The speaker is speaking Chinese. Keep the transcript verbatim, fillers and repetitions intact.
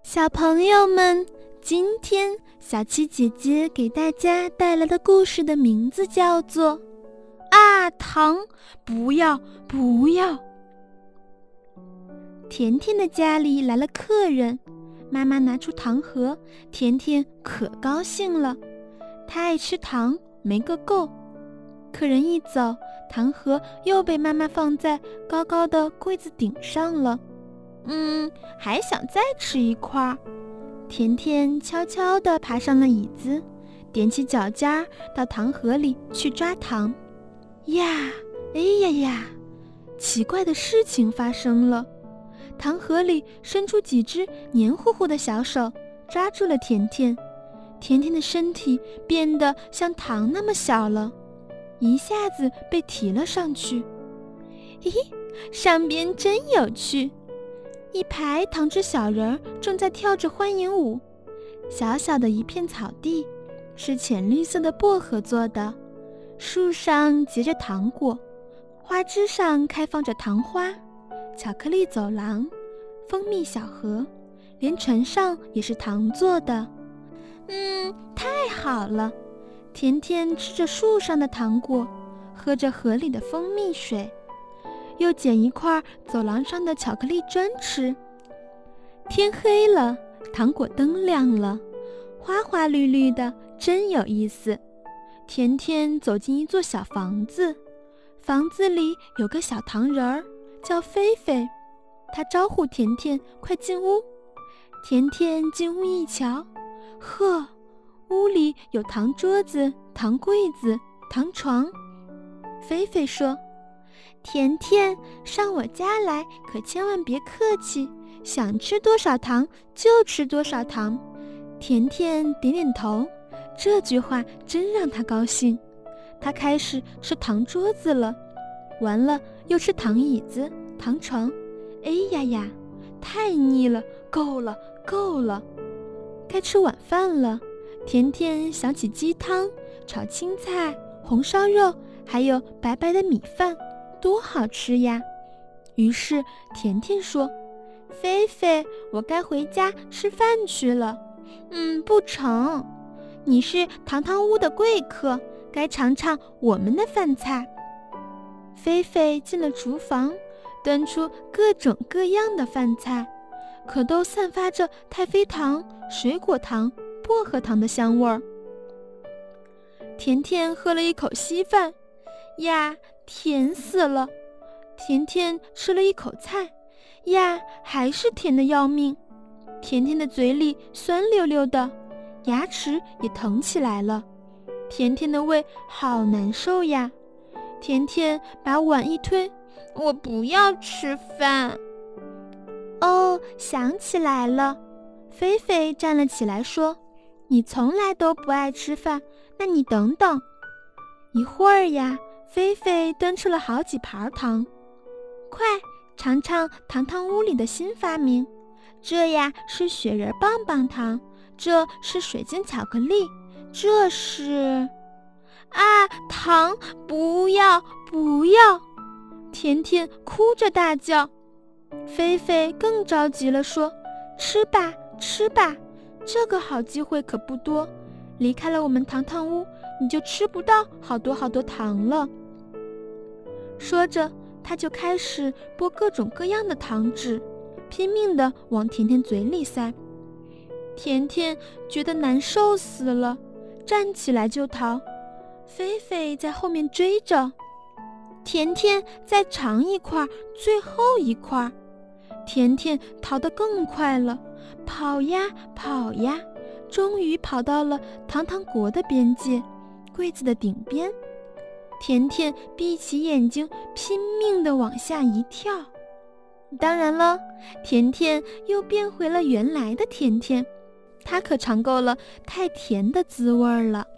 小朋友们，今天小七姐姐给大家带来的故事的名字叫做啊，糖，不要不要。甜甜的家里来了客人，妈妈拿出糖盒，甜甜可高兴了，她爱吃糖没个够。客人一走，糖盒又被妈妈放在高高的柜子顶上了。嗯，还想再吃一块。甜甜悄悄地爬上了椅子，踮起脚尖到糖盒里去抓糖。呀，哎呀呀，奇怪的事情发生了，糖盒里伸出几只黏糊糊的小手，抓住了甜甜。甜甜的身体变得像糖那么小了，一下子被提了上去。咦，上边真有趣。一排糖制小人儿正在跳着欢迎舞，小小的一片草地，是浅绿色的薄荷做的，树上结着糖果，花枝上开放着糖花，巧克力走廊，蜂蜜小盒，连船上也是糖做的。嗯，太好了！甜甜吃着树上的糖果，喝着河里的蜂蜜水，又捡一块走廊上的巧克力砖吃。天黑了，糖果灯亮了，花花绿绿的，真有意思。甜甜走进一座小房子，房子里有个小糖人儿，叫菲菲。他招呼甜甜快进屋。甜甜进屋一瞧，呵，屋里有糖桌子、糖柜子、糖床。菲菲说，甜甜，上我家来可千万别客气，想吃多少糖就吃多少糖。甜甜点点头，这句话真让她高兴。她开始吃糖桌子了，完了又吃糖椅子、糖床。哎呀呀，太腻了，够了够了。该吃晚饭了。甜甜想起鸡汤、炒青菜、红烧肉，还有白白的米饭，多好吃呀。于是甜甜说，菲菲，我该回家吃饭去了。嗯，不成，你是糖糖屋的贵客，该尝尝我们的饭菜。菲菲进了厨房，端出各种各样的饭菜，可都散发着太妃糖、水果糖、薄荷糖的香味儿。甜甜喝了一口稀饭，呀，甜死了。甜甜吃了一口菜，呀，还是甜得要命。甜甜的嘴里酸溜溜的，牙齿也疼起来了。甜甜的胃好难受呀。甜甜把碗一推，我不要吃饭。哦，想起来了。菲菲站了起来说，你从来都不爱吃饭，那你等等。一会儿呀，菲菲端出了好几盘糖。快尝尝糖糖屋里的新发明，这呀是雪人棒棒糖，这是水晶巧克力，这是……啊，糖，不要不要！甜甜哭着大叫。菲菲更着急了，说，吃吧吃吧，这个好机会可不多，离开了我们糖糖屋，你就吃不到好多好多糖了。说着，他就开始剥各种各样的糖纸，拼命地往甜甜嘴里塞。甜甜觉得难受死了，站起来就逃。菲菲在后面追着，甜甜再尝一块，最后一块。甜甜逃得更快了，跑呀跑呀，终于跑到了糖糖国的边界，柜子的顶边。甜甜闭起眼睛，拼命地往下一跳。当然了，甜甜又变回了原来的甜甜，她可尝够了太甜的滋味了。